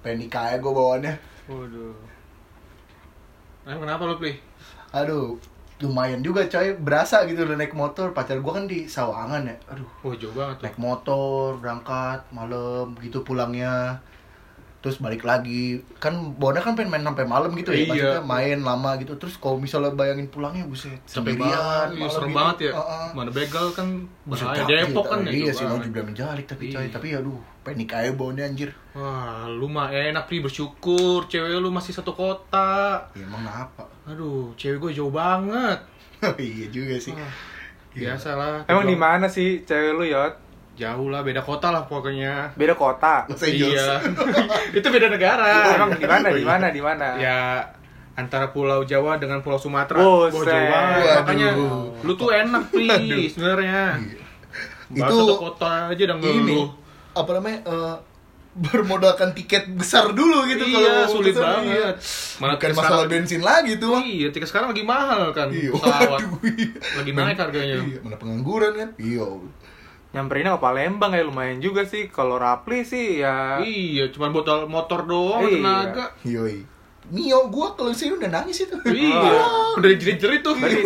panik aja gue bawaannya. Waduh. Nah, kenapa lu, Pli? Aduh, lumayan juga coy, berasa gitu udah naik motor. Pacar gue kan di Sawangan ya. Aduh, Jauh banget tuh. naik motor, berangkat malam gitu pulangnya. Terus balik lagi. Kan bawaannya kan pengen main sampai malam gitu ya. Iya. Maksudnya main lama gitu. Terus kalau misalnya bayangin pulangnya buset, Capek sendirian, banget, malam serem gitu. banget ya. Heeh. Mana begal kan Buset, bahaya. capek, Depok kan ya. iya jauh sih, mau banget. juga menjalik tapi coy. Iya. Tapi aduh, panik aja bawaannya anjir. Wah, lu mah enak, Pri, bersyukur. Cewek lu masih satu kota. Ya emang apa? Aduh, cewek gue jauh banget. Iya juga sih. Wah, Iya. biasalah. Emang di mana sih cewek lu, Yot? Jauh lah, beda kota lah pokoknya. Beda kota. Los Angeles. Iya. Itu beda negara. Emang di mana? Di mana? Di mana? Ya antara Pulau Jawa dengan Pulau Sumatera. Buset. Wah, jauh banget. Waduh. Makanya lu tuh enak, Pri, sebenarnya. Baru Itu satu kota aja udah Ini ngeluh. apa namanya? Bermodalkan tiket besar dulu gitu. Iya, kalau sulit kesana, banget. iya. Malah Bukan tiket masalah sekarang- bensin lagi tuh. Iya, tiket sekarang lagi mahal kan. Iya, Pesawat. waduh, iya. Lagi naik harganya. Iya, mana pengangguran kan? Iya. Nyamperinnya ke Palembang ya lumayan juga sih. Kalau Rapli sih ya. Iya, cuma botol motor doang, Iya. tenaga. Yoi. Mio gua kalau sini udah nangis itu. Iya, udah jerit-jerit tuh. Berarti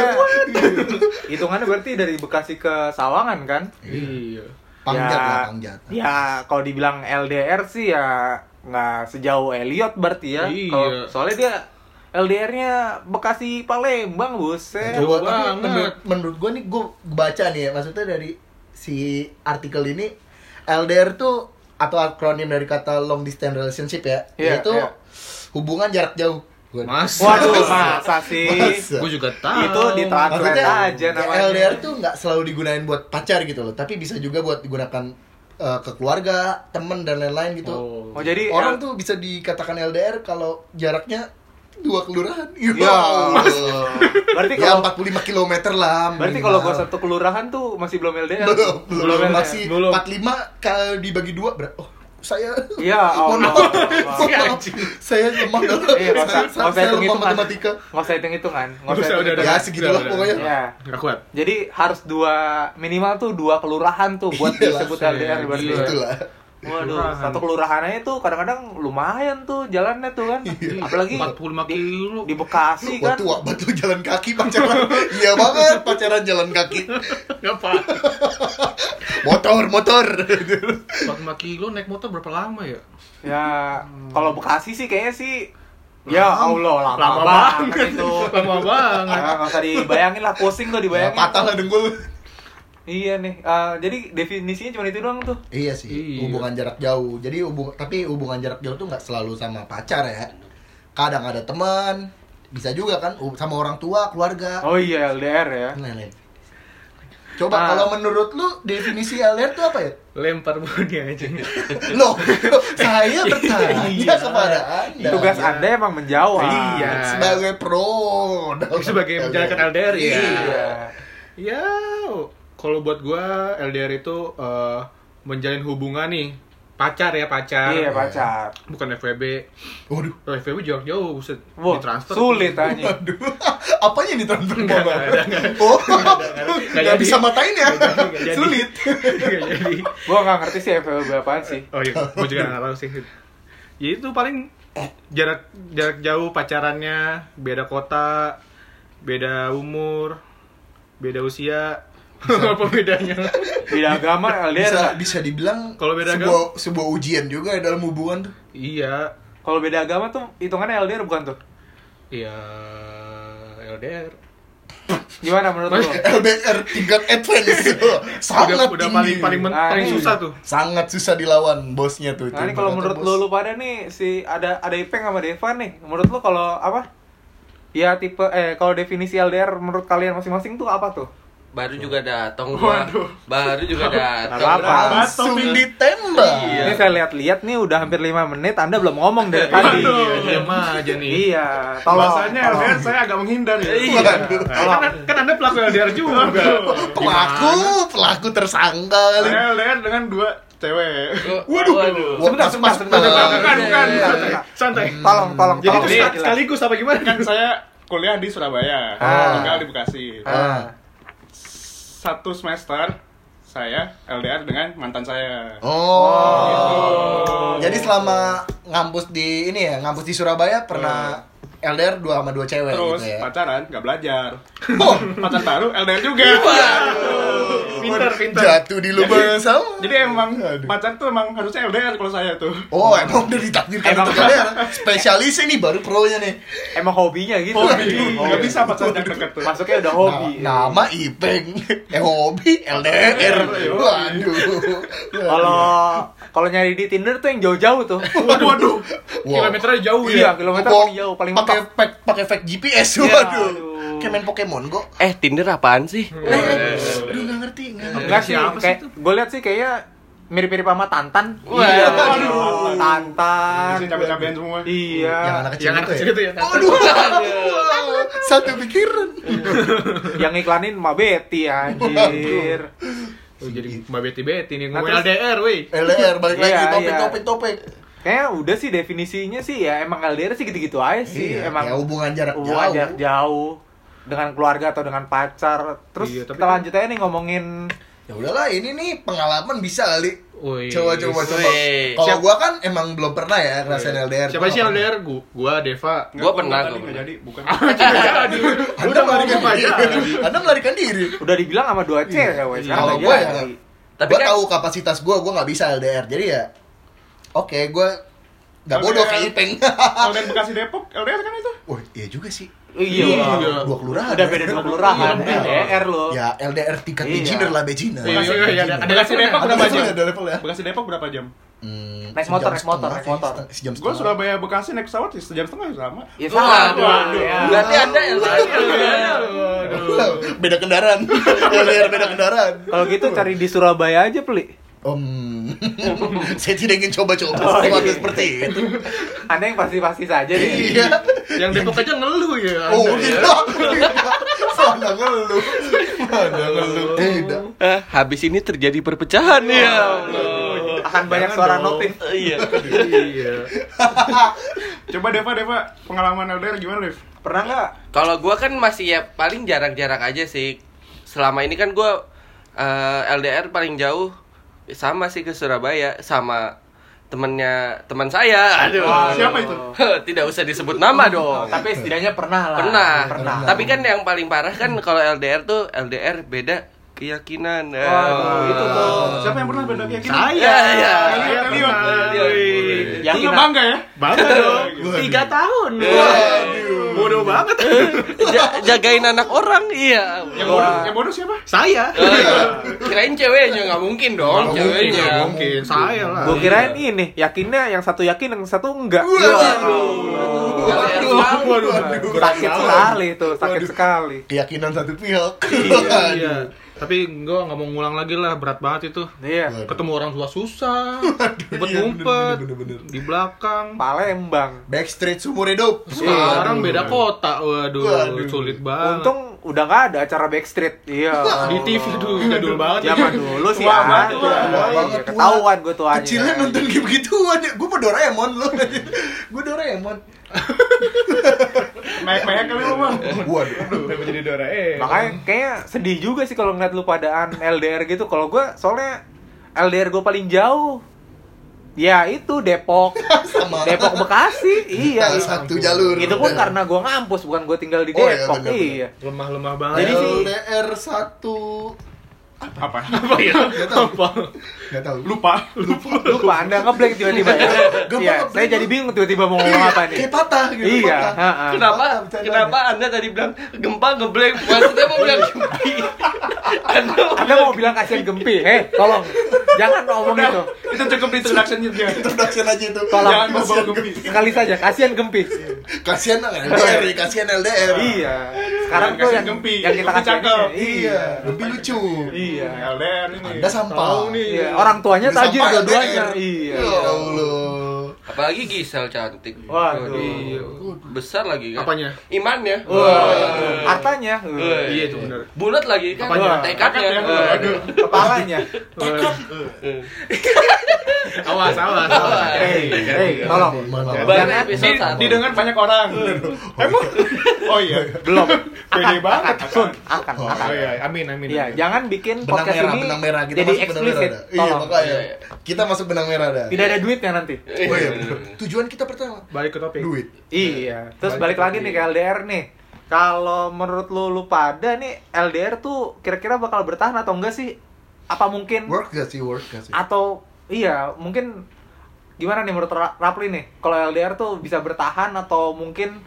hitungannya berarti dari Bekasi ke Sawangan kan? Iya. Pangjat Ya, lah, pangjat. Ya kalau dibilang LDR sih ya nggak sejauh Elliot berarti ya. Iya. Kalau soalnya dia LDR-nya Bekasi Palembang, buset. Jauh Tapi banget. menurut gua nih, gua baca nih ya, maksudnya dari si artikel ini, LDR tuh atau akronim dari kata long distance relationship ya, Iya, yaitu iya. hubungan jarak jauh. Masa? Waduh, masa sih? Masa? Gue juga tahu. Itu ditranslate Maksudnya aja namanya. LDR tuh nggak selalu digunain buat pacar gitu loh, tapi bisa juga buat digunakan ke keluarga, temen dan lain-lain gitu. Oh, jadi Orang tuh bisa dikatakan LDR kalau jaraknya 2 kelurahan. Ya. Berarti Ya kalau 45 km lah. berarti minimal. kalau gua satu kelurahan tuh masih belum LDR. belum LDR. masih Belum. 45 kalau dibagi 2 oh saya Iya, mohon Allah. maaf. Maaf. Saya lemah dalam Iya, nggak usah saya lemah hitung-hitungan. matematika. Nggak usah hitung-hitungan. Nggak usah Udah, hitung-hitungan. Ya segitulah Udah. pokoknya. Ya. Nggak kuat. Jadi harus minimal tuh 2 kelurahan tuh buat Iyalah, disebut LDR berarti. gila. ya. Itulah. Waduh, Kelurahan. satu kelurahan aja tuh kadang-kadang lumayan tuh jalannya tuh kan. Apalagi 45 kilo. di Bekasi Wah kan. tua banget lu jalan kaki pacaran. Iya banget pacaran jalan kaki. Ngapa? Motor. 45 kilo naik motor berapa lama ya? Ya, kalau Bekasi sih kayaknya sih ya Allah lama banget itu. Lama banget. Nggak usah dibayangin lah, pusing tuh Ya, dibayangin. patah lah dengkul. Iya nih. Jadi definisinya cuma itu doang tuh. Iya sih, Iya. hubungan jarak jauh. Jadi tapi hubungan jarak jauh tuh nggak selalu sama pacar ya. Kadang ada teman, bisa juga kan sama orang tua, keluarga. Oh iya LDR ya. Lain-lain. Coba kalau menurut lu definisi LDR tuh apa ya? Lempar bodi aja. Loh, saya bertanya Iya. kepada Anda. Tugas Anda emang menjawab. Iya. Sebagai pro dalam Sebagai menjalankan LDR ya. Iya. Ya, kalau buat gua LDR itu menjalin hubungan nih. Pacar ya, pacar. Iya, pacar. Bukan FWB. Waduh. Oh, FWB jarak jauh, buset. Wah, Ditransfer. sulit aja. Waduh. Apanya yang ditransfer Nggak Bang? ada. Oh. Nggak Nggak jadi. bisa matain ya. Nggak jadi. Sulit. Nggak jadi. Gua nggak ngerti sih FWB apaan sih. Oh iya, gua juga nggak tahu sih. Ya itu paling jarak jauh pacarannya, beda kota, beda umur, beda usia. Apa bedanya? Beda agama LDR. Bisa dibilang Kalau beda sebuah ujian juga ya dalam hubungan tuh. Iya. Kalau beda agama tuh hitungannya LDR bukan tuh? Iya, LDR. Gimana menurut lu? LDR tingkat advance. Sangat Udah tinggi. paling susah tuh. Sangat susah dilawan bosnya tuh. Nah, ini kalau menurut lu pada nih si ada Ipeng sama Devan nih. Menurut lu kalau apa? Ya tipe kalau definisi LDR menurut kalian masing-masing tuh apa tuh? Baru juga datang gua. Baru juga datang. Apa-apa. langsung ditembak. Ini saya lihat-lihat nih udah hampir 5 menit Anda belum ngomong dari tadi. Aduh, diam aja nih. Iya, tolong. Bahasanya LDR saya agak menghindar ya. Waduh. Kan Anda pelaku LDR juga. Pelaku tersangka kali. Saya LDR dengan 2 cewek. Waduh. Sebentar, sebentar, sebentar. Bukan. Santai. Santai. Tolong. Jadi tolong. itu sekaligus apa gimana? Kan saya kuliah di Surabaya, Ah. tinggal di Bekasi. Satu semester saya LDR dengan mantan saya. Oh. Jadi selama ngampus di ini ya, ngampus di Surabaya pernah LDR 2 sama 2 cewek Terus gitu ya. pacaran, nggak belajar. Oh, Pacar baru, LDR juga. Pintar. jatuh di lubang yang sama. Jadi emang pacar tuh emang harusnya LDR kalau saya tuh. Oh, emang udah ditakdirkan Emang. untuk LDR. Spesialis ini baru pronya nih. Emang hobinya gitu. Nggak bisa pacaran yang deket tuh. Masuknya udah hobi. Nama Ipeng. Hobi LDR. Waduh. Kalau nyari di Tinder tuh yang jauh-jauh tuh. Waduh. Kilometernya jauh Iya, ya. kilometer paling jauh, paling pakai mentok. pakai fake GPS. Iya, Waduh. aduh. Kayak main Pokemon Go. Tinder apaan sih? Aduh, nggak ngerti. Enggak sih, Siapa sih kayak itu? gue lihat sih kayaknya mirip-mirip sama Tantan. Wah. Iya. Aduh. Tantan. Masih cabe-cabean semua. Iya. Yang anak kecil Yang anak kecil itu ya. Aduh. Satu pikiran. Yang iklanin Mbak Betty anjir. Oh, jadi Mbak Betty nih Nah, ngomongin terus- LDR, weh. LDR balik lagi Iya, topik. Kayaknya udah sih definisinya sih ya emang LDR sih gitu-gitu aja sih. Iya, Emang ya hubungan jarak hubungan jauh. jarak jauh dengan keluarga atau dengan pacar. Terus Iya, tapi kita kan- lanjut aja nih ngomongin Ya udahlah, ini nih pengalaman bisa kali. Wih. Coba. Wih. Kalau gua kan emang belum pernah ya ngerasain LDR. Siapa sih LDR? Gua, Deva. Gua pernah, tadi gua nggak pernah. jadi, bukan. Anda melarikan ngomong diri. aja. Anda melarikan diri. udah dibilang sama 2 cewek sekarang Kalau nggak gua ya, jadi. Tapi gua kan- tahu kapasitas gua nggak bisa LDR. Jadi ya, oke, gua nggak bodoh kayak Ipeng. LDR Bekasi Depok, LDR kan itu? Wah, iya juga sih. Iya. Dua kelurahan. Udah beda 2 kelurahan, Iya, LDR lo. Ya, LDR tingkat Iya. beginner lah, beginner. Iya, ada Bekasi Depok Ada berapa level jam? ya, ada level ya. Bekasi Depok berapa jam? Naik motor, naik motor. Sejam Gua setengah. Surabaya Bekasi naik pesawat sejam setengah sama. Ya sama. Waduh. Ya. Berarti Anda LDR. Beda kendaraan. LDR beda kendaraan. Kalau gitu cari di Surabaya aja, Pli. Saya tidak ingin coba-coba sesuatu seperti itu. Anda yang pasti-pasti saja nih. Iya. Yang Depok aja ngeluh ya. Oh, Anda ya. tidak. Mana ngeluh. Mana ngeluh. Tidak. Habis ini terjadi perpecahan ya. Akan banyak Jangan suara dong. notif. Iya. Iya. Coba Deva, pengalaman LDR gimana, Dev? Pernah nggak? Kalau gua kan masih ya paling jarak-jarak aja sih. Selama ini kan gua LDR paling jauh sama sih ke Surabaya sama teman saya. Aduh. Siapa itu? Tidak usah disebut nama dong. Tapi setidaknya pernah lah. Pernah. Tapi kan yang paling parah kan kalau LDR tuh LDR beda keyakinan. Waduh, itu tuh. Siapa yang pernah beda kayak gini? Saya. Elliot. Yang Itu kita bangga ya? Bangga dong. 3 tahun. Bodoh banget. Jagain anak orang, iya. Yang bodoh siapa? Saya. Kirain ceweknya, nggak mungkin dong, ceweknya. Nggak mungkin. Saya lah. Gue kirain ini, yakinnya yang satu yakin, yang satu enggak. Sakit sekali tuh, sakit sekali. Keyakinan satu pihak. Iya. Tapi gue nggak mau ngulang lagi lah, berat banget itu. Iya. Ketemu orang tua susah, ngumpet bener. di belakang. Palembang. Backstreet seumur hidup. Sekarang beda kota, waduh, Waduh. sulit banget. Untung udah nggak ada acara Backstreet. Iya. Di TV dulu, jadul banget. Zaman dulu sih Tua ada. banget, tua banget. Iya, ketahuan gue tuanya. Kecilnya nonton game gituan ya. Gue mau Doraemon loh. Gue Doraemon. Mayek-mayek kali lu, Bang. Waduh. Kenapa jadi Doraemon? Makanya kayaknya sedih juga sih kalau ngeliat lu padaan LDR gitu. Kalau gue soalnya LDR gue paling jauh. Ya itu Depok. Sama. Depok Bekasi. Iya. Satu jalur. Itu pun karena gue ngampus, bukan gue tinggal di Oh, iya, Depok. bener-bener. Iya. lemah-lemah banget. Jadi sih- LDR 1 Apa? apa ya? Nggak tahu. Apa? Nggak tahu. Lupa. Lupa Anda ngeblank tiba-tiba ya. Gempa Iya, ngeblank. saya jadi bingung tiba-tiba mau ngomong apa nih. Kayak patah gitu. Iya, patah. ha-ha. Kenapa Anda tadi bilang gempa ngeblank? Maksudnya mau bilang gempi. Anda mau bilang kasihan Gempi? Tolong. Jangan ngomong itu. Itu cukup introduction-nya dia. Introduction aja itu. Tolong. Jangan bawa gempi. Sekali saja, kasihan Gempi. Kasihan LDR, kasihan LDR. Iya. Sekarang tuh Kasihan yang Gempi. yang kita Gempi kasihan cakep. Iya, lebih lucu. Iya. LDR ini. Anda sampah. Iya, orang tuanya Udah tajir sampah dua-duanya. LDR. Iya. Ya Allah. Apalagi Gisel cantik. Waduh. Iya. Besar lagi kan? Apanya? Imannya. Wah, hartanya. Iya itu benar. Bulat lagi kan? Apanya? Tekadnya. Tekad ya? Aduh. Kepalanya. Awas. Tolong. Baru Jangan episode 1. Didengar banyak orang. Emang? Oh iya. Belum. Pede banget. Akan. Oh iya, amin. Iya, jangan bikin Benang podcast merah, ini benang merah. Kita jadi masuk benang merah eksplisit. dah. Iya, Tolong. makanya. Kita masuk benang merah dah. Tidak ada duitnya nanti. Oh iya, betul. Tujuan kita pertama Balik ke topik. duit. Iya. Terus Balik balik lagi nih ke LDR nih. Kalau menurut lu pada nih LDR tuh kira-kira bakal bertahan atau enggak sih? Apa mungkin Work gak sih? atau iya mungkin gimana nih menurut Rapli nih? Kalau LDR tuh bisa bertahan atau mungkin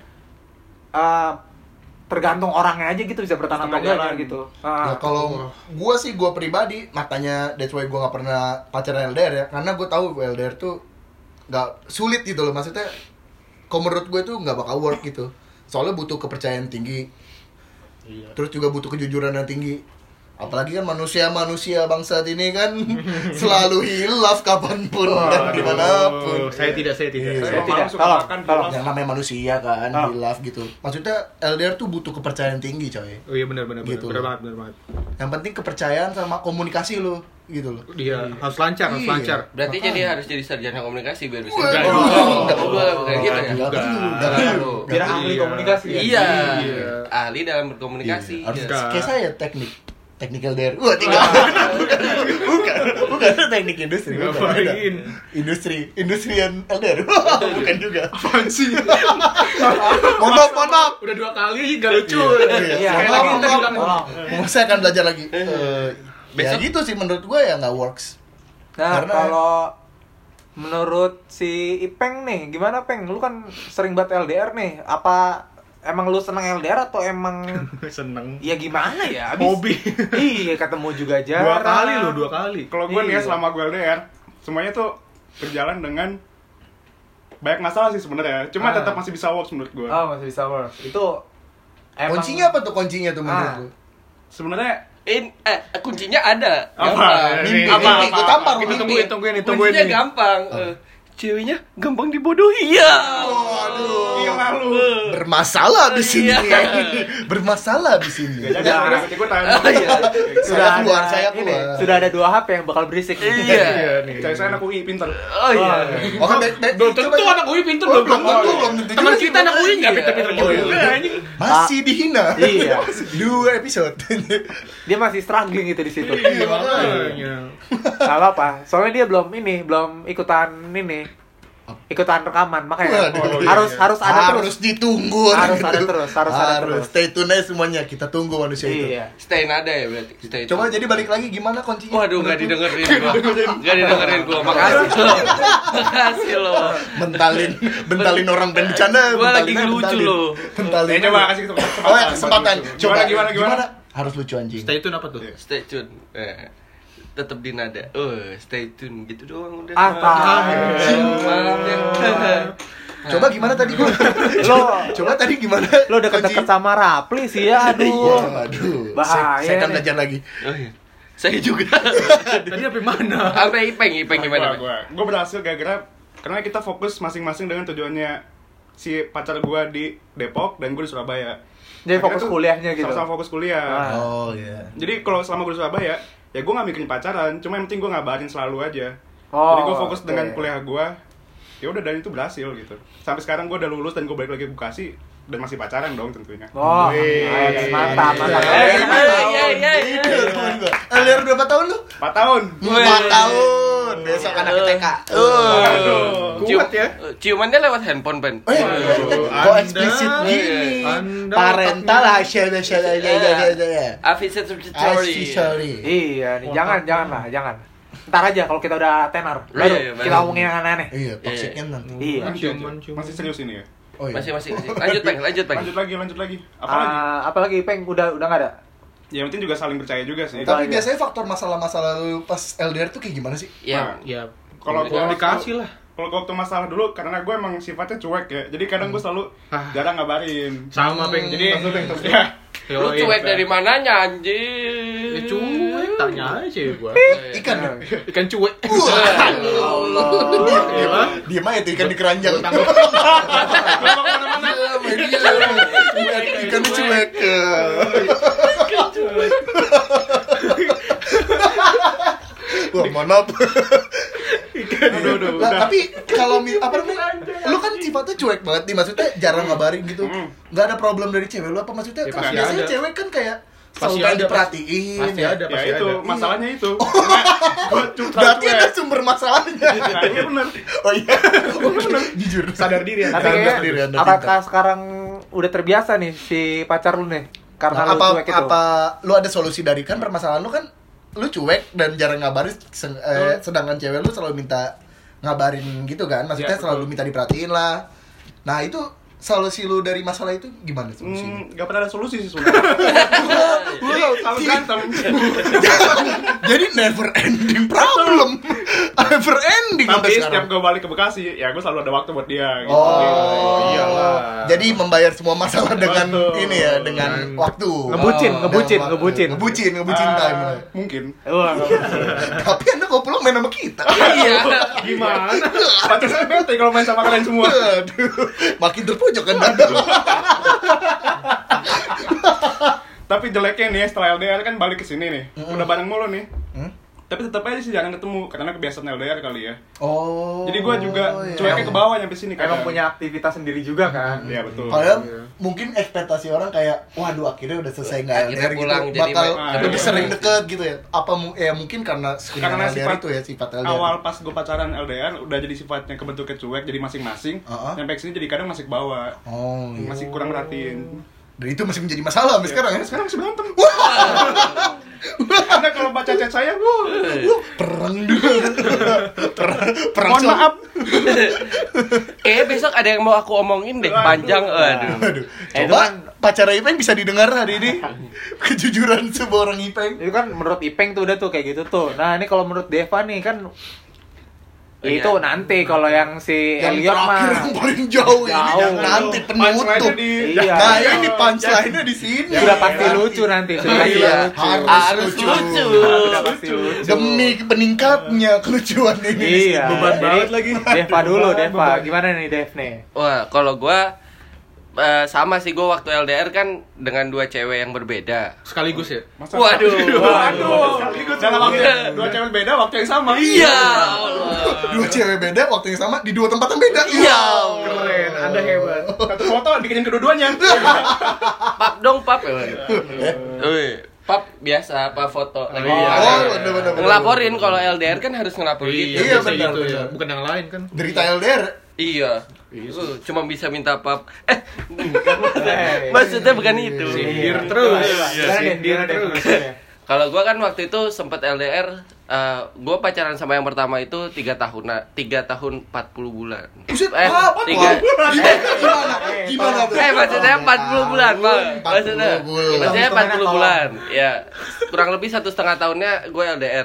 tergantung orangnya aja gitu bisa bertahan atau Setengah enggak jalan. gitu. Ya kalau gua pribadi, makanya that's why gua gak pernah pacaran LDR ya, karena gua tahu LDR tuh gak sulit gitu loh, maksudnya kalau menurut gue tuh gak bakal work gitu, soalnya butuh kepercayaan tinggi, terus juga butuh kejujuran yang tinggi, apalagi kan manusia bangsa ini kan selalu hilaf kapanpun dan dimanapun. Saya tidak. Saya Kalau tidak. malam suka Tolong, makan tolong. Yang namanya manusia kan Oh. hilaf gitu, maksudnya LDR tuh butuh kepercayaan tinggi coy. Oh iya benar Gitu. benar banget. Yang penting kepercayaan sama komunikasi lo gitu loh. Dia harus lancar, harus Iya. lancar. Berarti Makanya. jadi harus jadi sarjana komunikasi biar bisa. Enggak. Bukan gitu ya? Enggak. Biar ahli komunikasi ya. Iya. Iya. Ahli dalam berkomunikasi. Harus Iya. kayak saya teknik LDR. Wah, tidak. bukan teknik industri. Bukan, beda. Ngapain? Industrian LDR. Bukan juga. Apaan sih? Mohon maaf. Udah 2 kali gak lucu. Iya. Sekali lagi ntar bilang. Tolong. Saya akan belajar lagi. Ya Besok- gitu sih menurut gue ya nggak works. Nah, Karena- kalau menurut si Ipeng nih, gimana Peng? Lu kan sering banget LDR nih. Apa emang lu seneng LDR atau emang Seneng. ya gimana ya? Hobi. Iya, ketemu juga jarang. 2 kali. Kalau gue nih ya Iya. selama gue LDR, semuanya tuh berjalan dengan banyak masalah sih sebenarnya. Cuma tetap masih bisa works menurut gue. Oh, masih bisa work. Itu emang Kuncinya apa tuh kuncinya tuh menurut lu? Sebenarnya Kuncinya ada. Apa? Gampang. Mimpi. Mimpi, gue tampar lu Kita mimpi. tungguin Kuncinya nih. gampang. Ceweknya gampang dibodohi ya. Waduh. iya malu. Bermasalah di sini. Iya. Bermasalah di sini. Gak jadi Udah. ikut ikutan. Saya keluar, ada- saya ini, keluar. sudah ada 2 HP yang bakal berisik. Iya. nih. Cewek saya anak UI pinter. Oh iya. Oke, Belum tentu anak UI pintu Oh, belum tentu. belum tentu Teman juga kita sih, anak UI enggak pinter-pinter Oh, iya. juga. Anjing. masih dihina. Iya. 2 episode. Dia masih struggling gitu di situ. Iya, makanya. Makanya. Gak apa-apa. Soalnya dia belum ikutan rekaman, makanya Waduh. harus ada harus terus. ditunggu Harus gitu. ada terus, harus ada terus. Stay tune aja semuanya, kita tunggu manusia itu. Iya. Stay nada ya berarti. Stay Coba tune. jadi balik lagi gimana kuncinya? Waduh, nggak Menurut lu? didengerin gua. Makasih lo. Bentalin orang pengen bercanda. Gua lagi bentalin aja, ngelucu bentalin. lo. Bentalin. Ya, coba aja. kasih kesempatan. Oh ya kesempatan. Coba Gimana? Harus lucu anjing. Stay tune apa tuh? Stay tune. Tetap di nada. Stay tune gitu doang udah. Ah, Maaf ya. Coba gimana tadi gua? Coba tadi gimana? Lo deket-deket sama Rapli sih ya, aduh. Aduh. Bahaya Saya akan nih. belajar lagi. Oh iya. Saya juga. Tadi apa mana? Sampai Ipeng gimana? Gue berhasil gara-gara karena kita fokus masing-masing dengan tujuannya. Si pacar gue di Depok dan gue di Surabaya. Jadi fokus Akhirnya tuh kuliahnya gitu. Sama-sama fokus kuliah. Ah. Oh iya. Jadi kalau selama gue di Surabaya, ya gue gak mikirin pacaran. Cuma yang penting gue ngabarin selalu aja. Oh, Jadi gue fokus oke. dengan kuliah gue. Ya udah dan itu berhasil gitu. Sampai sekarang gue udah lulus dan gue balik lagi ke Bekasi dan masih pacaran dong tentunya. Oh, Wih. mantap. Iya. LDR berapa tahun lu? 4 tahun. 4 tahun. Besok anak TK. Aduh. Kuat ya. Ciumannya lewat handphone, Ben. Kok Anda- eksplisit gini? Anda Parental hasil Officer Secretary. sorry. Iya nih, jangan. Ntar aja kalau kita udah tenar, Oh, baru iya, kita baru. ngomongin yang aneh-aneh. Iya, toksiknya nanti. Iya. Ciuman. Masih serius ini ya? Oh iya. Masih. Lanjut, Peng. Lanjut lagi. Apa lagi? Apalagi Peng udah nggak ada. Ya penting juga saling percaya juga sih. Betul. Tapi aja. biasanya faktor masalah-masalah lu pas LDR tuh kayak gimana sih? Ya. Ya. Kalau Komunikasi lah. Kalau waktu masalah dulu karena gue emang sifatnya cuek ya. Jadi kadang gue selalu Ah. jarang ngabarin. Sama Peng. Jadi ya. Lu cuek dari mananya, anjir? Ya cuek, tanya aja gua. Ikan. Ikan cuek. Diem aja tuh ikan di keranjang. Ikan cuek. Wah, maaf. Aduh, Lah, udah. tapi kalau apa namanya? Lu kan sifatnya cuek banget nih, maksudnya jarang ngabarin gitu. Nggak ada problem dari cewek lu apa maksudnya? Ya, Kan pasti biasanya ada. cewek kan kayak selalu Pasti pengen ada, diperhatiin. pasti ada, Ya pasti itu ada. masalahnya itu. Gue Berarti ada sumber masalahnya. Nah, iya benar. Oh iya. Oh benar. Jujur. Sadar diri ya. Tapi Anda kayaknya sendiri, Anda apakah pintar. sekarang udah terbiasa nih si pacar lu nih? Karena Nah, lu cuek itu. apa lu ada solusi dari kan permasalahan lu kan lu cuek dan jarang ngabarin sedangkan cewek lu selalu minta ngabarin gitu kan, maksudnya Ya, selalu betul. minta diperhatiin lah. Nah itu solusi lu dari masalah itu gimana solusinya? Gak pernah ada solusi sih sebenarnya. Lu selalu berantem. Jadi never ending problem, never ending sampai Tapi sekarang. setiap gue balik ke Bekasi, ya gue selalu ada waktu buat dia. Gitu. Oh, Iyalah. Jadi membayar semua masalah dengan Betul. ini ya, dengan waktu. Ngebucin, Oh, ngebucin, dengan ngebucin. ngebucin time. Mungkin. Wah, Tapi Anda kok pulang main sama kita? Iya. Gimana? Pacar saya bete kalau main sama kalian semua. Aduh, makin terpojok kan Anda. Tapi jeleknya nih setelah LDR kan balik ke sini nih. Udah bareng mulu nih. Hmm? Tapi tetap aja sih jarang ketemu karena kebiasaan LDR kali ya. Oh. Jadi gue juga iya. cueknya ke bawah nyampe sini emang kadang. punya aktivitas sendiri juga kan? Iya betul. Padahal mungkin ekspektasi orang kayak, waduh akhirnya udah selesai nggak Akhirnya LDR pulang, gitu, jadi bakal baik. lebih Ah, sering iya. deket gitu ya. Apa ya mungkin karena Karena LDR sifat itu ya sifat LDR. awal pas gue pacaran LDR udah jadi sifatnya kebentuknya cuek jadi masing-masing. Uh-uh. Nyampe sini jadi kadang masih ke bawah. Oh, iya. Masih kurang merhatiin. Dan itu masih menjadi masalah sampai sekarang ya. Sekarang masih berantem. Anda kalau baca chat saya, Perang dulu. Perang mohon maaf. Kayaknya besok ada yang mau aku omongin deh, panjang. Aduh. Aduh. itu Coba kan- pacar Ipeng bisa didengar hari ini. Kejujuran sebuah orang Ipeng. Itu kan menurut Ipeng tuh udah tuh kayak gitu tuh. Nah, ini kalau menurut Deva nih kan Iya. itu nanti kalau yang si Yang Elliot terakhir mah yang paling jauh ini Jauh. yang nanti penutup. Punchline-nya di- Iya. Nah, ini punchline-nya di sini. sudah pasti lucu nanti, sudah pasti Iya, lucu. harus lucu. Sudah pasti lucu. Demi peningkatnya kelucuan ini. Iya. Beban Jadi, banget lagi. Deva dulu, Deva. Gimana nih Dev nih? Wah, kalau gua sama sih, gua waktu LDR kan dengan dua cewek yang berbeda. Sekaligus ya. Masa- Waduh. Dalam waktu dua cewek beda, waktu yang sama. Iya. Dua cewek beda, waktu yang sama di dua tempat yang beda. Iya. Keren, Anda hebat. Satu foto bikinin kedua-duanya. Pap dong, pap. Wih, pap biasa, pap foto lagi. Oh, bener-bener. Ngelaporin kalau LDR kan harus ngelaporin gitu. Iya, biasa benar, gitu ya. benar. Bukan yang lain kan. Derita LDR. Iya. Cuma bisa minta pap. Maksudnya bukan itu. Sindir terus. Gimana Dev? Sindir Gimana Dev? terus. Kalau gua kan waktu itu sempat LDR, gua pacaran sama yang pertama itu 3 tahun 40 bulan. Buset, apa? tiga- Gimana? Gimana tuh? maksudnya 40 bulan, Bang. 40 Maksudnya bulan. maksudnya 40 Tolong. bulan. Ya. Kurang lebih 1,5 tahunnya gue LDR.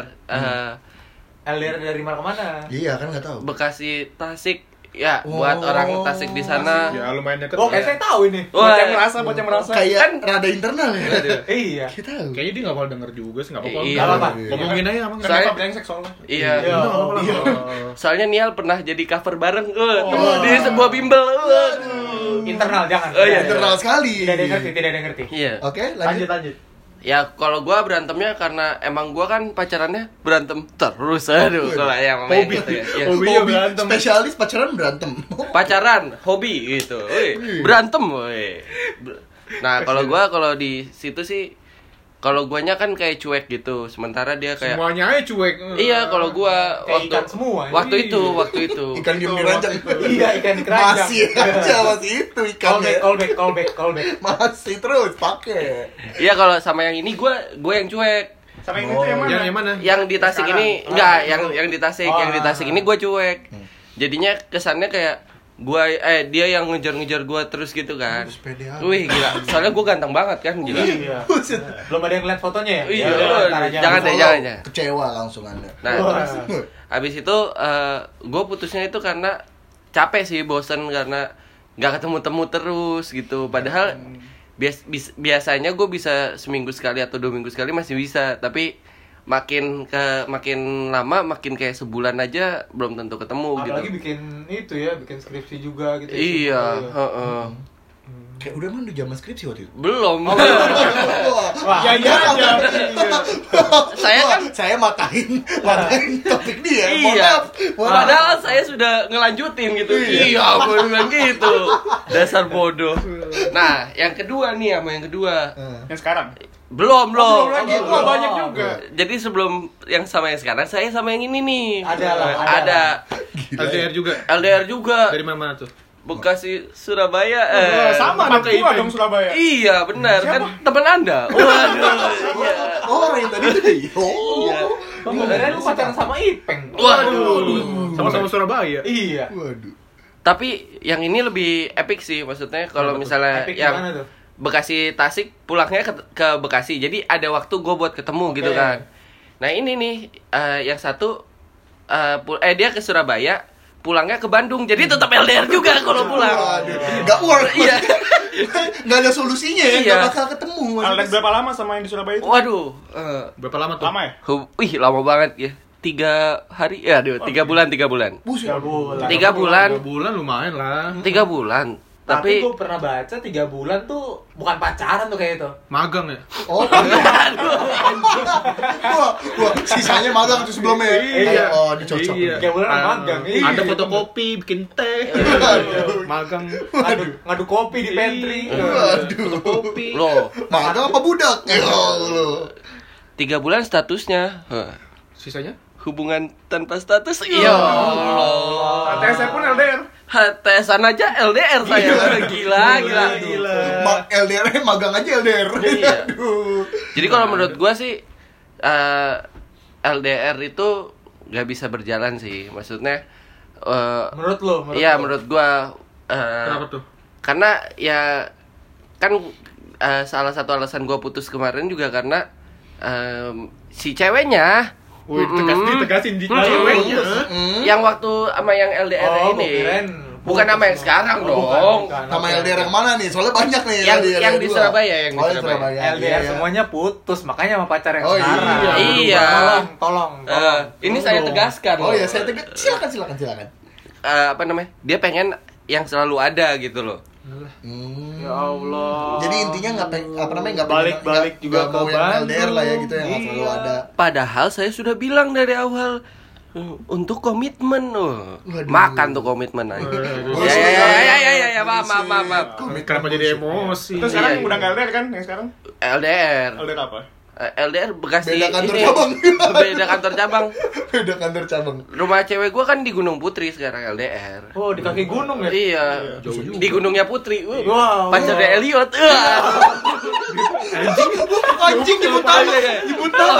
LDR dari mana ke mana? Iya kan nggak tahu. Bekasi Tasik. Ya, Oh. buat orang Tasik di sana. Ya lumayan deket. Oh, kayak saya tahu ini. Buat Wah, yang merasa, buat yang merasa. Kayak rada internal ya. Iya. Kita tahu. Kayaknya dia nggak bakal denger juga sih, nggak apa-apa. Iya. Nggak apa-apa. Ngomongin aja emang. Saya- Kenapa brengsek soalnya? iya. Iya. Iya. Soalnya Nial pernah jadi cover bareng di sebuah bimbel. Internal jangan. Oh, iya. Internal sekali. Tidak ada yang ngerti, tidak ada yang ngerti. Iya. Oke, Lanjut lanjut. lanjut. Ya kalau gua berantemnya karena emang gua kan pacarannya berantem terus. Aduh, kalau yang namanya Hobi. gitu ya. Iya. Hobinya Hobi berantem. spesialis pacaran berantem. Pacaran, hobi gitu. Woi, berantem woi. Nah, kalau di situ sih kalau guanya kan kayak cuek gitu. Sementara dia kayak Semuanya aja cuek. iya, kalau gua Kayak ikan semua. waktu itu. Ikan diem di ranjang. Iya, ikan di keranjang. Masih aja, masih itu ikannya. Callback. Masih terus pakai. Iya, kalau sama yang ini gua yang cuek. Sama yang itu yang mana? Yang mana? Yang di Tasik Sekarang. ini enggak, yang di Tasik, Oh, yang di Tasik ini gua cuek. Jadinya kesannya kayak dia yang ngejar-ngejar gua terus gitu kan. Sepede amat. Wih, gila. Soalnya gua ganteng banget kan, gila. Iya. Buset. Belum ada yang lihat fotonya ya? Iya, ntar aja. jangan deh, Follow. jangan. Kecewa langsung Anda. Nah, Wah. terus habis itu gue putusnya itu karena capek sih, bosen karena nggak ketemu-temu terus gitu. Padahal biasanya gue bisa seminggu sekali atau 2 minggu sekali masih bisa, tapi makin lama makin kayak sebulan aja belum tentu ketemu Apalagi gitu. bikin itu ya, bikin skripsi juga gitu. Iya, Iya. heeh. Kayak udah udah zaman skripsi waktu itu. Belum. Wah, Ya iya aja. Saya kan saya matahin topik dia. Mohon iya. maaf. Mohon maaf. Padahal saya sudah ngelanjutin gitu. Iya, gue bilang gitu. Dasar bodoh. Nah, yang kedua nih sama yang kedua. Yang sekarang. Belum. lagi. belum. Wah, banyak juga. Jadi sebelum yang sama yang sekarang, saya sama yang ini nih. Ada. LDR juga. LDR juga. Dari mana tuh? Bekasi, Surabaya. Sama Tempat dong, gua Ipeng. dong Surabaya. Iya, benar. Kan teman Anda. Waduh. Iya. Oh, yang tadi itu deh. Oh. Iya. Sebenarnya lu pacaran sama Ipeng. Waduh. Sama-sama Surabaya. Iya. Waduh. Tapi yang ini lebih epic sih, maksudnya kalau misalnya Epic yang gimana tuh? Bekasi Tasik pulangnya ke Bekasi. Jadi ada waktu gue buat ketemu gitu kan. Nah, ini nih yang satu dia ke Surabaya, pulangnya ke Bandung. Jadi tetap LDR juga kalau pulang. Waduh. Enggak work. Iya. Enggak ada solusinya ya, Iya. enggak bakal ketemu. LDR berapa lama sama yang di Surabaya itu? Waduh. Berapa lama tuh? Lama ya? Wih, lama banget ya. 3 hari ya, 3 bulan. 3 bulan. 3 bulan. 3 bulan. 2 bulan lumayan lah. 3 bulan. Tapi Tapi gue pernah baca 3 bulan tuh bukan pacaran tuh kayak itu. Magang ya? Oh. Wah, sisanya magang tuh sebelumnya. Iya. Oh, dicocok. Iya. 3 bulan magang. Iya. Ada fotokopi, bikin teh. Magang. Ngadu kopi di pantry. Waduh. Kopi. loh, Magang apa budak? Oh, 3 bulan statusnya. Sisanya? Hubungan tanpa status. Ya Allah. ATS pun LDR. HTSan aja LDR saya. Gila. LDR magang aja LDR. Iya. Aduh. Jadi kalau menurut gua sih LDR itu nggak bisa berjalan sih. Maksudnya Menurut lo? iya menurut gua Kenapa tuh? karena ya kan salah satu alasan gua putus kemarin juga karena si ceweknya Wih, ditegasin di ceweknya. yang waktu sama yang LDR ini bukan sama yang sekarang dong. Sama LDR yang mana nih? Soalnya banyak nih Yang di dua. Surabaya, yang di Oh, Surabaya. LDR Iya. semuanya putus, makanya sama pacar yang Oh, sekarang. iya. Tolong. Ini saya tegaskan. Oh loh. iya, saya tegas. Silakan. Apa namanya? Dia pengen yang selalu ada gitu loh. Ya Allah. Jadi intinya nggak Balik-balik juga mau ke yang LDR lah ya Bandung. gitu yang nggak selalu Iya. ada. Padahal saya sudah bilang dari awal untuk komitmen. Waduh. Makan tuh komitmen aja. Waduh. Ya, maaf. Kenapa jadi emosi? Terus sekarang Iya. udah nggak LDR kan? Yang sekarang? LDR. LDR apa? LDR Bekasi. Beda kantor ini. cabang. Beda kantor cabang. Beda kantor cabang. Rumah cewek gua kan di Gunung Putri sekarang LDR. Oh, di kaki gunung ya? Iya. Jauh juga. Di Gunungnya Putri. Wow. Pacarnya Elliot. Anjing nyebut nama. Nyebut nama.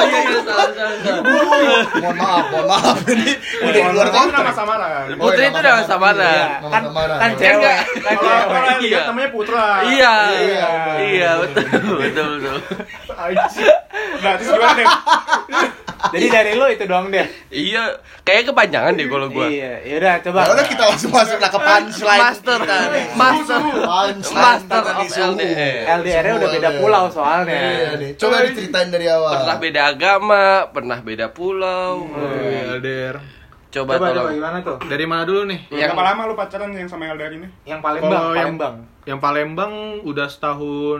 Salah. Mohon maaf. Ini udah di luar Itu nama konteks. samaran. Oh, Putri iya, itu nama udah samaran. Nama Kan samaran. kan Oh. cewek. enggak. Kan Kalau cewek. orang Iya. lihat namanya Putra. Iya, betul. Nah, terus gimana deh? Jadi dari lo itu doang deh. Iya, kayak kepanjangan deh kalau gua. Iya, yaudah coba. Ya udah kita langsung masuk lah ke punchline. Master kan. Master Punchline of LDR. LDR-nya udah beda pulau soalnya. Iya nih. Coba diceritain dari awal. Pernah beda agama, pernah beda pulau. LDR. Coba Coba tolong. gimana tuh? Dari mana dulu nih? Yang- Berapa lama lu pacaran yang sama LDR ini? Yang Palembang, Kalau Palembang. Yang Palembang udah setahun.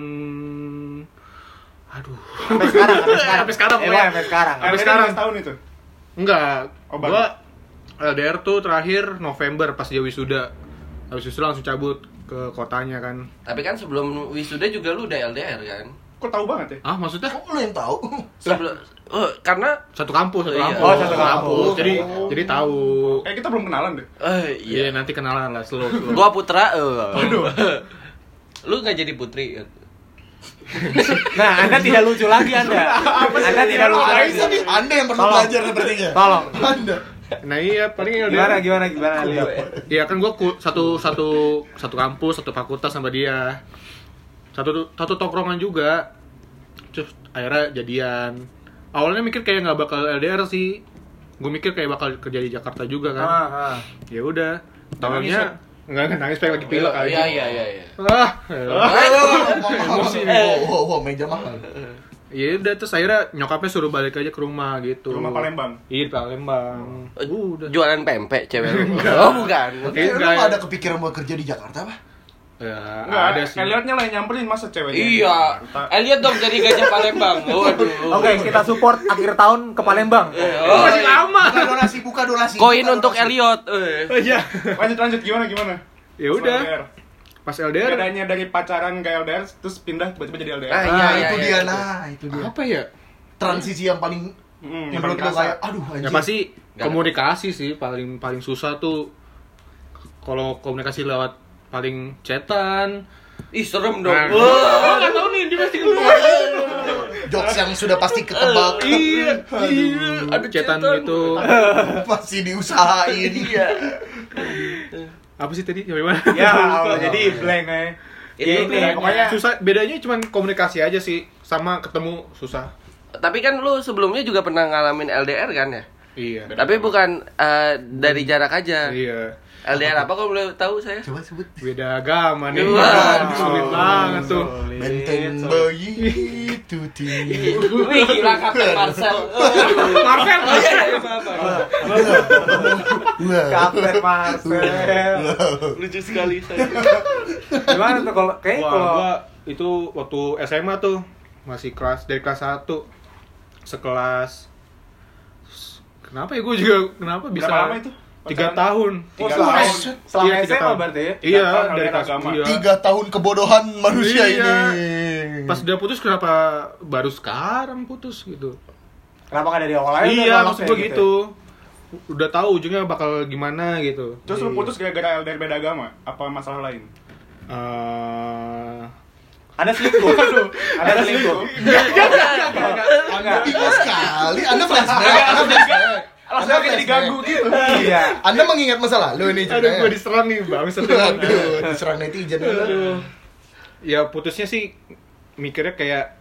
Aduh. Sampai sekarang. Sampai sekarang, Emang pokoknya. sampai sekarang. Sampai LDR sekarang. udah setahun itu? Enggak. Oh, baru. Gua LDR tuh terakhir November pas dia wisuda. Habis wisuda langsung cabut ke kotanya kan. Tapi kan sebelum wisuda juga lu udah LDR kan? Kok tahu banget ya? Ah, maksudnya Kok lu yang tahu? Sebelum karena satu kampus, Iya. Oh, satu kampus. Jadi tahu. Kita belum kenalan deh. Iya, nanti kenalan lah slow. gua Putra. Aduh. Lu nggak jadi Putri. Nah, Anda tidak lucu lagi Anda. Anda tidak lucu lagi. Anda yang perlu Tolong. belajar sepertinya. Tolong. Anda. Nah iya, paling LDR. Gimana lihat. Iya kan gua satu kampus, satu fakultas sama dia. Satu tongkrongan juga. Terus akhirnya jadian. Awalnya mikir kayak nggak bakal LDR sih. Gue mikir kayak bakal kerja di Jakarta juga kan. Ya udah. Tahunya nggak nangis pengen lagi pilek aja. Iya. Ah, Emosi nih. Wow, meja mahal. ya udah terus akhirnya nyokapnya suruh balik aja ke rumah gitu. Rumah Palembang. Iya, di Palembang. Udah. Jualan pempek cewek lu. Oh, bukan. Lu Enggak, nggak ya. ada kepikiran mau kerja di Jakarta apa? Ya, Enggak, ada sih. Elliotnya lah yang nyamperin masa ceweknya. Iya. Elliot dong jadi gajah Palembang. Waduh. Oke, kita support akhir tahun ke Palembang. Oh, masih lama. Buka donasi. Koin buka untuk donasi. Elliot. Oh iya. Lanjut gimana? Ya udah. LDR. Pas LDR Bedanya dari pacaran ke LDR terus pindah tiba-tiba jadi LDR. Itu dia. Itu dia. apa ya? Transisi yang paling Yang menurut paling lo kayak aduh Ya anjir. pasti komunikasi sih paling susah tuh. Kalau komunikasi lewat paling chatan. Ih, serem dong. Nah, Wah. nggak tahu nih dia pasti Jokes yang sudah pasti ketebak. iya. Aduh, Chatan chatan. gitu. Pasti diusahain. Iya. Apa sih tadi? Gimana? Ya, Allah, jadi blank ya. Ya Itu ini bedanya. pokoknya susah, bedanya cuma komunikasi aja sih, sama ketemu susah. Tapi kan lu sebelumnya juga pernah ngalamin LDR kan ya? Iya. Tapi bukan dari jarak aja. Iya. LDR apa kalau boleh tahu saya? Coba sebut. Beda agama nih. Waduh. Sulit banget tuh. Benteng bayi itu tinggi. Wih, gila Kapten Marcel. Marvel. Kapten Marcel. Lucu sekali saya. Gimana tuh kalau Wah, gua itu waktu SMA tuh masih dari kelas 1 sekelas. Kenapa ya gua juga bisa Berapa lama itu? 3 tahun. Oh, 3 selama tahun. selama Iya, 3 SMA tahun. berarti ya? Iya, 3 tahun dari LDR kelas agama. iya. 3 tahun kebodohan manusia Iya. ini. Pas udah putus kenapa baru sekarang putus gitu? Kenapa nggak dari awal aja? Iya, kalau maksud kayak gua gitu. Udah tahu ujungnya bakal gimana gitu. Terus lu putus gara-gara LDR beda agama? Apa masalah lain? Ada selingkuh. Ada selingkuh. Anda bingung sekali. Anda flashback. Anda flashback. Alasannya kayak diganggu gitu. Iya. Anda mengingat masa lalu nih Aduh, ceritanya. gua diserang nih, Bang. Aduh, diserang netizen. Aduh. Ya putusnya sih mikirnya kayak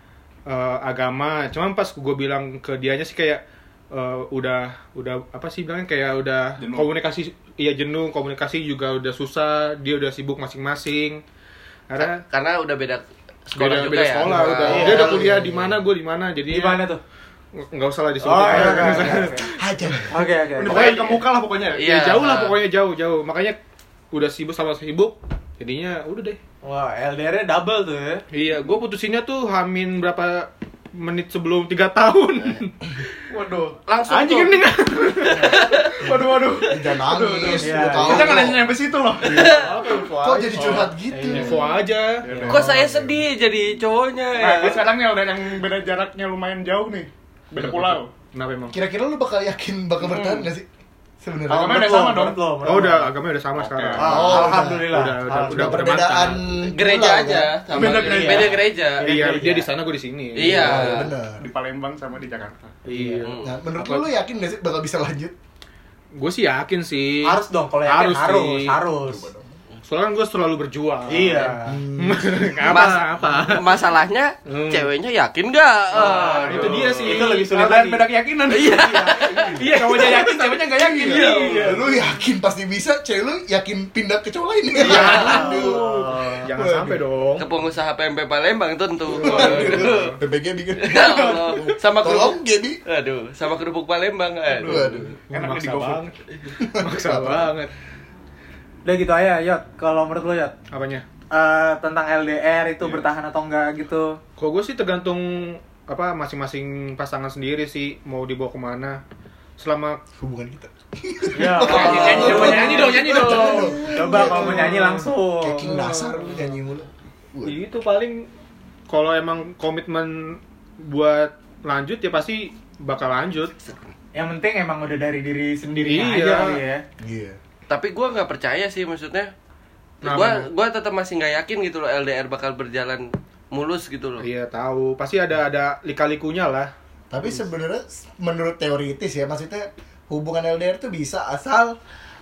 agama. Cuman pas gue bilang ke dianya sih kayak udah apa sih bilangnya kayak udah Jenuh. komunikasi, iya jenuh, komunikasi juga udah susah, dia udah sibuk masing-masing. Karena udah beda sekolah juga beda ya. sekolah udah. Iya. Dia udah kuliah di mana, gue di mana. Jadi Di mana tuh? nggak usah lah disebut. Oh, iya. Aja. Oke. Pokoknya ke muka lah pokoknya. Iya. Ya jauh lah pokoknya jauh. Makanya udah sibuk sama sibuk. Jadinya udah deh. Wah, LDR-nya double tuh ya. Iya, gue putusinnya tuh hamin berapa menit sebelum 3 tahun. Waduh. Langsung Anjing tuh. ini. Waduh. Jangan nangis. Iya. Lu tahu. Kita nggak nanya sampai situ loh. Kok jadi curhat gitu? Info aja. Kok saya sedih jadi cowoknya ya? Nah, ini sekarang nih LDR yang beda jaraknya lumayan jauh nih. Beda pulau. Kenapa emang? Kira-kira lu bakal yakin bakal bertahan gak sih? Sebenarnya. Agamanya udah sama dong. Oh, udah agamanya udah sama Oke. sekarang. Oh, Alhamdulillah. udah perbedaan Gereja pulau, aja. kan? Sama Beda gereja. Beda gereja. Iya, dia di sana, gue di sini. Iya. Oh, benar. Di Palembang sama di Jakarta. Iya. Nah, menurut lu yakin gak sih bakal bisa lanjut? Gue sih yakin sih. Harus dong kalau yakin sih. harus. Soalnya kan gue selalu berjuang. Iya. apa? Masalahnya ceweknya yakin nggak? Nah, itu dia sih. Itu lebih sulit LDR lagi. beda keyakinan. Iya. Iya, kalau dia yakin, ceweknya nggak yakin. Iya. Lu yakin pasti bisa, cewek lu yakin pindah ke cowok lain. Iya. Aduh. Jangan sampai dong. Ke pengusaha PMP Palembang tentu. PPG bikin. Ya Allah. Sama Tolong, kerupuk. Gaby. Aduh, sama kerupuk Palembang. Aduh. Waduh. Enak Maksa di GoFood. banget. Maksa banget. Udah gitu aja, Yot. Kalau menurut lo, Yot, Apanya? tentang LDR itu bertahan atau enggak gitu. Kalau gue sih tergantung apa masing-masing pasangan sendiri sih mau dibawa kemana. Selama Hubungan kita. Ya, nyanyi dong. Coba kalau mau nyanyi langsung. Kayak king dasar lu nyanyi mulu. itu paling kalau emang komitmen buat lanjut ya pasti bakal lanjut. Yang penting emang udah dari diri sendirinya Iya. aja kali ya. Iya. Tapi gue nggak percaya sih maksudnya. Kenapa? Gue tetap masih nggak yakin gitu loh LDR bakal berjalan mulus gitu loh. Iya tahu, pasti ada lika-likunya lah. Tapi sebenarnya menurut teoritis ya, maksudnya hubungan LDR tuh bisa asal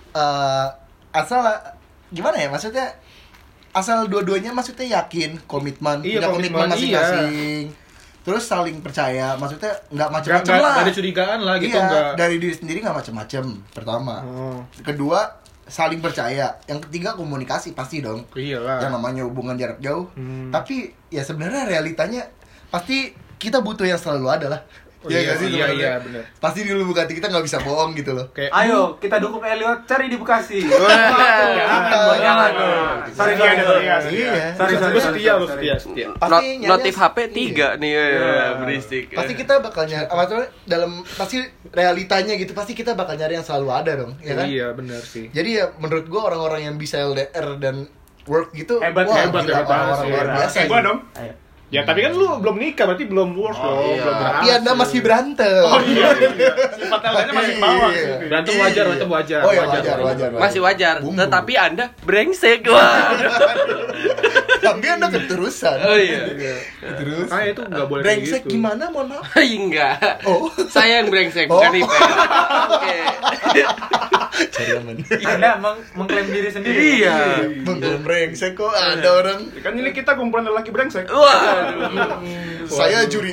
gimana ya? Maksudnya asal dua-duanya maksudnya yakin, komitmen, Iya, punya komitmen komitmen, masing-masing. Terus saling percaya, maksudnya nggak macam-macam Nggak lah. ada curigaan lah gitu iya, nggak. dari diri sendiri nggak macam-macam. Pertama, Oh, kedua saling percaya. Yang ketiga komunikasi pasti dong. iyalah. Yang namanya hubungan jarak jauh. Hmm. Tapi ya sebenarnya realitanya pasti kita butuh yang selalu ada lah. Oh, Iya nggak sih iya, sebenarnya? benar. Pasti di lubuk hati kita nggak bisa bohong gitu loh. Kayak Ayo, kita dukung Elliot cari di Bekasi. Jangan. Sorry, Iya. Sorry. gue setia lo Sorry. setia. Pasti nyari- Notif HP iya. 3 nih berisik. Pasti kita bakal nyari, maksudnya dalam pasti realitanya gitu, pasti kita bakal nyari yang selalu ada dong, ya kan? Iya benar sih. Jadi ya menurut gua orang-orang yang bisa LDR dan work gitu. Hebat, wah, hebat, gila, hebat banget orang sih. luar biasa. Kayak gua dong. Ayo. Ya tapi kan lu belum nikah, berarti belum work Oh, dong, iya. belum Tapi berhasil. Anda masih berantem. Oh iya. Sifat LDR masih bawah Iya. sih. Berantem Iya. wajar, berantem wajar. Oh iya, wajar. Masih wajar. Bumbu. Tetapi Anda brengsek. Wah. Tapi Anda keterusan. Oh iya. Terus. Makanya itu nggak boleh kayak Brengsek gitu. gimana, mohon maaf? Enggak. Oh. Saya yang brengsek, Oh. bukan Ipe. Oke. Cari aman. Anda mengklaim diri sendiri. Iya. Mengklaim brengsek kok ada orang. Kan ini kita kumpulan lelaki brengsek. Wah. Saya juri.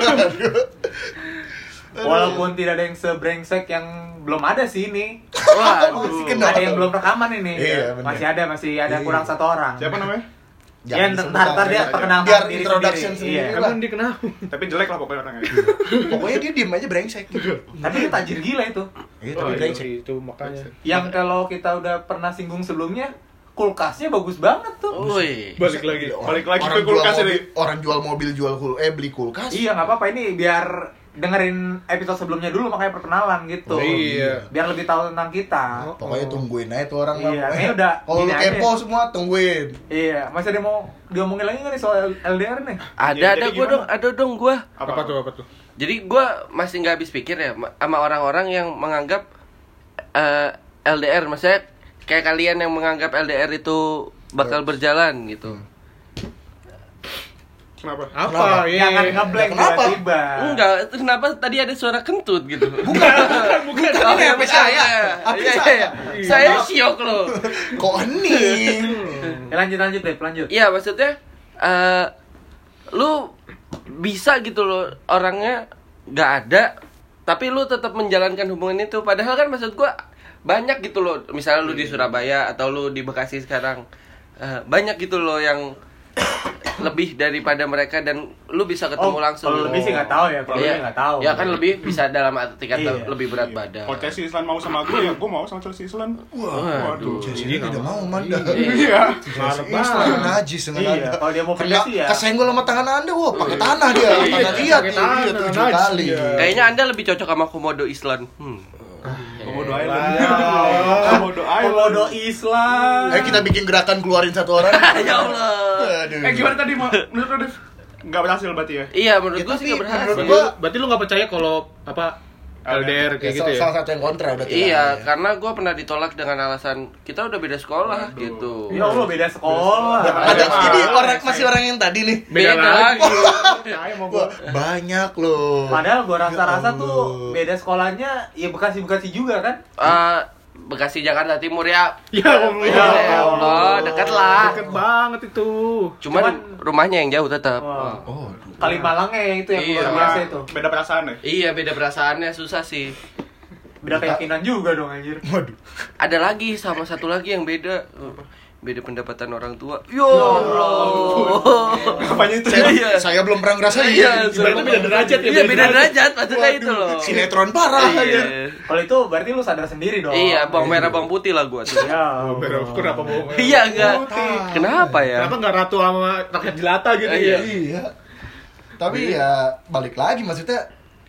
Walaupun tidak ada yang sebrengsek yang belum ada sih ini. Wah. Masih kenal. Ada yang belum rekaman ini. Iya, bener. Masih ada Iya. kurang satu orang. Siapa namanya? Ya, Jangan ntar dia disebut. perkenalkan Biar diri introduction sendiri. sendiri Iya. lah. Emang dia kenapa? Tapi jelek lah pokoknya orangnya. Pokoknya dia diem aja brengsek gitu. Tapi dia tajir gila itu. Iya, Oh, tapi iya, brengsek. itu makanya. Yang kalau kita udah pernah singgung sebelumnya, kulkasnya bagus banget tuh. Woi. Balik lagi. Balik lagi Orang ke kulkas jual ini. mobil- Orang jual mobil beli kulkas. Iya, nggak apa-apa, ini biar dengerin episode sebelumnya dulu, makanya perkenalan gitu. Oh, Iya. Biar lebih tahu tentang kita. Pokoknya tungguin aja tuh orang lah. Iya, Pokoknya. ini udah Kalau lu gini aja. kepo semua tungguin. Iya, masih ada yang mau diomongin lagi nggak nih soal LDR nih? Ada Jadi gua gimana? dong, ada dong gua. Apa tuh? Jadi gua masih nggak habis pikir ya sama orang-orang yang menganggap LDR, maksudnya kayak kalian yang menganggap LDR itu bakal berjalan gitu. Kenapa? Apa? Kenapa? Iya. Jangan ngeblank Kenapa? tiba-tiba. Enggak, kenapa tadi ada suara kentut gitu? Bukan. Oh, Ini HP saya. HP Iya, saya. iya. Saya syok loh. Kok hening? Ya, lanjut deh, lanjut. Iya, maksudnya lu bisa gitu loh, orangnya nggak ada tapi lu tetap menjalankan hubungan itu, padahal kan maksud gua banyak gitu loh, misalnya lu di Surabaya atau lu di Bekasi sekarang, banyak gitu loh yang lebih daripada mereka dan lu bisa ketemu langsung. Kalau lebih sih nggak tahu ya, kalau Iya. lebih nggak tahu. Ya kan lebih bisa dalam arti kata Iya. lebih berat badan. Kalau Chelsea Islan mau sama gue ya gue mau sama Chelsea Islan. Waduh. Jadi tidak mau Manda. Iya. Islam najis dengan Iya, Anda. kalau dia mau Kena pindah sih ya. kesenggol sama tangan Anda, wah pakai tanah dia, tanah dia pakai tanah, dia 7 najis kali. dia. Kayaknya Anda lebih cocok sama Komodo Island. Komodo Island. Wow. Komodo Island. Komodo Islam. Ayo kita bikin gerakan keluarin satu orang. Ya Allah. Aduh. Gimana tadi menurut lu, Dev? Nggak berhasil berarti ya? Iya, menurut Ya, gua sih tapi nggak berhasil. menurut Berarti, berarti lu nggak percaya kalau apa LDR kayak Ya, gitu ya? salah satu yang kontra berarti. Iya, lah, ya. karena gue pernah ditolak dengan alasan kita udah beda sekolah Aduh. gitu. Ya Allah, beda sekolah. Ada Ada ini apa? orang masih orang yang tadi nih. Beda lagi. Wah, banyak loh. Padahal gua rasa-rasa Ya tuh Allah. beda sekolahnya ya Bekasi-Bekasi juga kan? Bekasi Jakarta Timur ya. Ya Allah. Ya Allah, dekat lah. Deket banget itu. Cuman rumahnya yang jauh tetap. Wah. Oh, Kalimalangnya yang itu yang Iya. luar biasa itu. Beda perasaan ya? Iya, beda perasaannya susah sih. Beda keyakinan juga dong anjir. waduh. Ada lagi sama satu lagi yang beda. Beda pendapatan orang tua. Ya Allah. Apanya itu? Iya. Saya belum pernah ngerasain. Iya, Ibaratnya beda derajat ya, Iya, beda beda derajat maksudnya Waduh, itu loh. Sinetron parah. Iya. Kalau itu berarti lu sadar sendiri dong. Iya, bawang merah bawang putih lah gua tuh. Ya. Kenapa bohong? Iya enggak. Kenapa ya? Kenapa nggak ratu sama rakyat jelata gitu Iya. ya? Iya. Tapi ya balik lagi maksudnya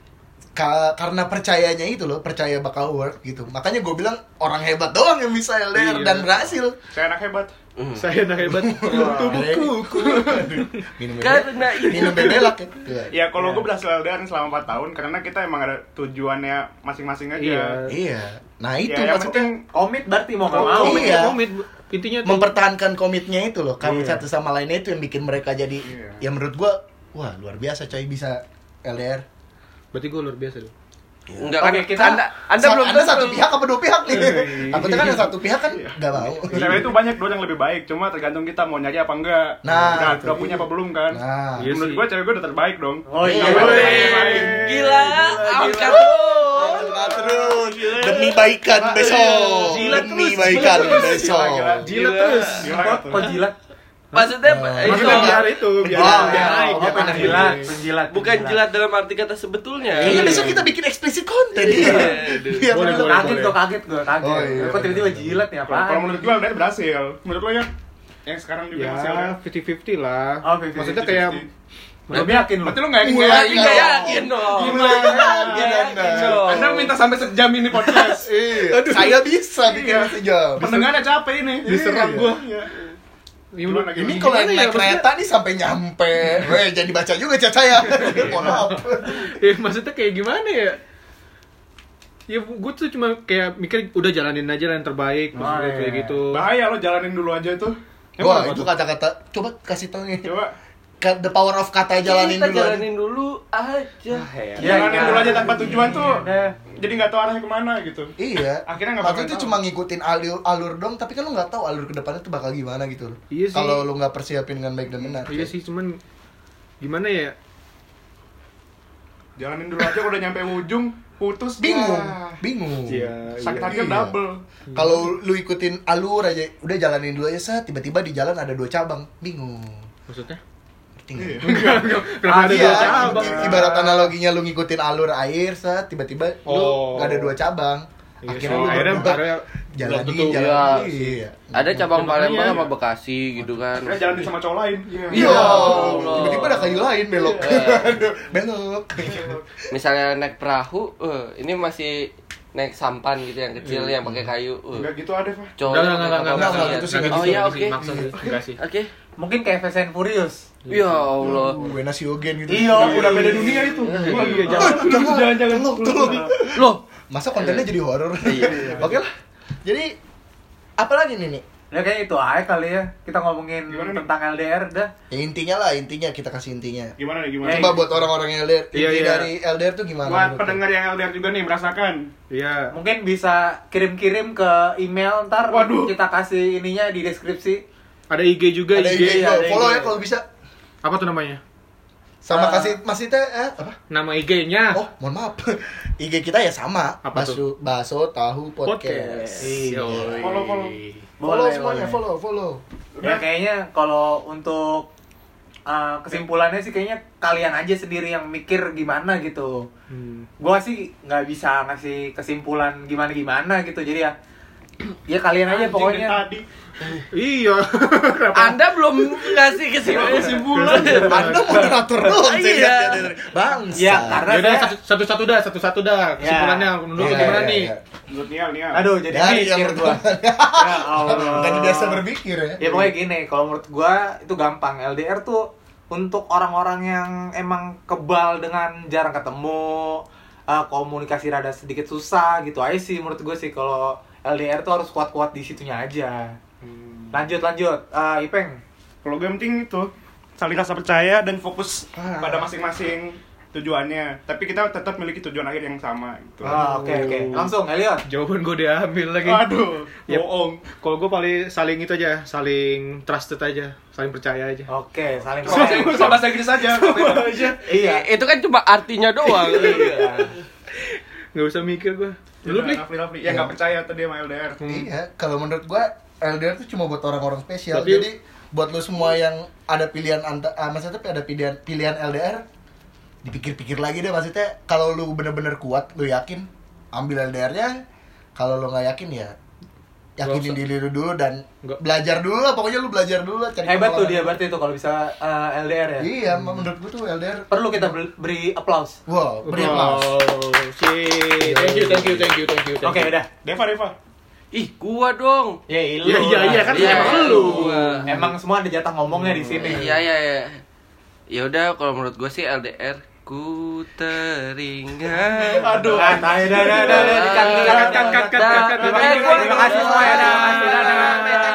karena percayanya itu loh, percaya bakal work gitu. Makanya gue bilang orang hebat doang yang bisa LDR Iya. dan berhasil. Saya anak hebat. Saya nak hebat. Tubuhku. Minum Karena minum bebelak ya. Ya kalau gue berhasil LDR selama 4 tahun karena kita emang ada tujuannya masing-masing aja. Iya. Iya. Nah itu Ya, yang maksudnya penting Komit berarti mau nggak mau. Iya. Komit. Intinya tuh. mempertahankan komitnya itu loh. Kami Iya. satu sama lainnya itu yang bikin mereka jadi Iya. ya menurut gue wah luar biasa coy bisa LDR. Berarti gue luar biasa dong. enggak kan Oke, kita- Anda belum Anda tentu. satu pihak apa dua pihak nih? Takutnya kan yang satu pihak kan nggak mau. cewek itu banyak dua yang lebih baik, cuma tergantung kita mau nyari apa enggak. Nah, udah punya apa belum kan? Nah, Iya Menurut sih. gue cewek gue udah terbaik dong. Oh iya. Gila, angkat terus. angkat terus demi baikan besok. Jilat Demi terus. baikan Gila, besok. gila. Jilat terus. Gila Kok tuh. kok jilat? Maksudnya Maksudnya biar itu, biar Oh, biar oh, naik. Oh, biar penjilat, naik. penjilat. bukan jilat dalam arti kata sebetulnya. Kayaknya besok kita bikin eksplisit konten. Iya, Biar Boleh, orang- boleh. Kaget gue kaget. Oh, iya. Kok tiba-tiba jilat nih Kalau apaan? menurut gue LDR berhasil. Menurut lo ya? Yang sekarang juga masih Ya, LDR. 50-50 lah. Oh, 50-50. Maksudnya kayak Belum yakin lu. Berarti lo nggak yakin? Mulai Tapi nggak yakin dong. Gimana yakin Nggak Anda? yakin dong. Anda minta sampai sejam ini podcast. Iya, saya bisa bikin Iya. sejam. Pendengarnya capek ini. diserang Iya. gua. Iya. Gimana, Ini gimana? kalau yang Gimana ya, naik kereta nih sampai nyampe. Weh, jadi baca juga chat saya. Mohon maaf. Ya maksudnya kayak gimana ya? Ya gue tuh cuma kayak mikir udah jalanin aja lah yang terbaik, maksudnya iya. kayak gitu. Bahaya lo jalanin dulu aja tuh. Wah, apa itu tuh? kata-kata. Coba kasih tau nih. Coba The power of kata jalanin Kita dulu. aja. jalanin dulu aja. jalanin dulu aja tanpa tujuan tuh. Iya. Jadi nggak tahu arahnya kemana gitu. Iya. Akhirnya nggak Waktu bakal itu tahu. cuma ngikutin alur dong, tapi kan lu nggak tahu alur kedepannya tuh bakal gimana gitu loh. Iya sih. Kalau lu nggak persiapin dengan baik dan benar. Iya sih, cuman gimana ya? Jalanin dulu aja udah nyampe ujung putus Bingung, dah. bingung. Sakit hati Iya. double. Kalau lu ikutin alur aja, udah jalanin dulu aja set, tiba-tiba di jalan ada 2 cabang, bingung. Maksudnya? Ngerti nggak? Kenapa ada Iya, dua cabang? ibarat analoginya lu ngikutin alur air set, tiba-tiba Oh. lu nggak ada 2 cabang. Iya, Akhirnya so, lu akhirnya berdua akhirnya jalanin, betul. jalanin. Iya. Iya. Ada cabang Ya, makanya. Palembang sama Bekasi gitu kan. Akhirnya jalanin sama cowok lain. Iya, Ya Allah. tiba-tiba ada kayu lain belok. Belok. Misalnya naik perahu, ini masih naik sampan gitu yang kecil yang pakai kayu. Enggak gitu ada, Pak. Cowoknya Enggak, pakai kapal enggak, pesiar. gitu sih, Oh iya, oke. Maksud enggak sih. Oke. Mungkin kayak Fast and Furious. Ya Allah. Buenas Yogen gitu. Udah beda dunia itu. Iya, Jangan. Tolong. Loh, Masa kontennya jadi horor? Iya. Oke lah. Jadi apa lagi nih? Ya kayak itu aja kali ya. Kita ngomongin Gimana nih? tentang LDR dah. Ya, intinya kita kasih intinya. Gimana nih, gimana? Eh, Coba buat orang-orang yang LDR, Iya, inti iya. dari LDR tuh gimana? Buat menurut lu? pendengar yang LDR juga nih merasakan. Iya. Mungkin bisa kirim-kirim ke email, ntar Waduh. kita kasih ininya di deskripsi. Ada IG juga, Ada IG, iya, ada follow IG. ya kalau bisa. Apa tuh namanya? Sama Ah. kasih masih teh apa? Nama IG-nya. Oh, mohon maaf. IG kita ya sama. Apa tuh? Baso Tahu Podcast. Iya. Follow. Follow Boleh, semuanya, boleh. follow. Ya kayaknya kalau untuk kesimpulannya sih kayaknya kalian aja sendiri yang mikir gimana gitu. Gua sih nggak bisa ngasih kesimpulan gimana gitu. Jadi ya kalian aja Anjing, pokoknya. dari tadi. Iya. Kenapa? Anda belum ngasih kesimpulan. Anda moderator doang saya Iya. lihat dari bangsa. Ya, karena Ya udah saya- satu-satu dah. Kesimpulannya menurut lu Iya, gimana iya, nih? iya. Menurut Nial. Aduh, jadi Dari yang mikir gua. pertama. Ya Allah. Kan biasa berpikir ya. Ya pokoknya gini, kalau menurut gua itu gampang. LDR tuh untuk orang-orang yang emang kebal dengan jarang ketemu, komunikasi rada sedikit susah gitu aja sih menurut gua sih. Kalau LDR tuh harus kuat-kuat di situnya aja. Lanjut. Ipeng. Kalau gue yang penting itu saling rasa percaya dan fokus pada masing-masing tujuannya. Tapi kita tetap memiliki tujuan akhir yang sama gitu. Oke. Langsung Elliot. Jawaban gue diambil lagi. Aduh, Yep. bohong. Kalau gue paling saling itu aja, saling trusted aja, saling percaya aja. Oke, saling Bisa bahasa Inggris aja. Iya. Itu kan cuma artinya doang. Iya. Nggak usah mikir gue. Lu Plik? Rafli. Ya nggak percaya tadi sama LDR. Iya, kalau menurut gua LDR tuh cuma buat orang-orang spesial. Tapi- Jadi buat lu semua yang ada pilihan maksudnya ada pilihan LDR, dipikir-pikir lagi deh maksudnya. Kalau lu bener-bener kuat, lu yakin, ambil LDR-nya. Kalau lu nggak yakin ya yakinin Nggak usah. diri lu dulu dan Nggak. belajar dulu lah. Pokoknya lu belajar dulu lah. Cari Hebat tuh pengalaman. dia berarti itu kalau bisa LDR ya. Iya, menurut gua tuh LDR. Perlu kita beri applause. Wow, beri applause. Shit. Thank you. Oke, udah. Deva. Ih, gua dong. Ya, Iya, kan Iya, emang lu. gua. Emang semua ada jatah ngomongnya di sini. Iya. Ya udah, kalau menurut gue sih LDR ku teringat. Aduh. Dah. Terima kasih semua ya. Dah.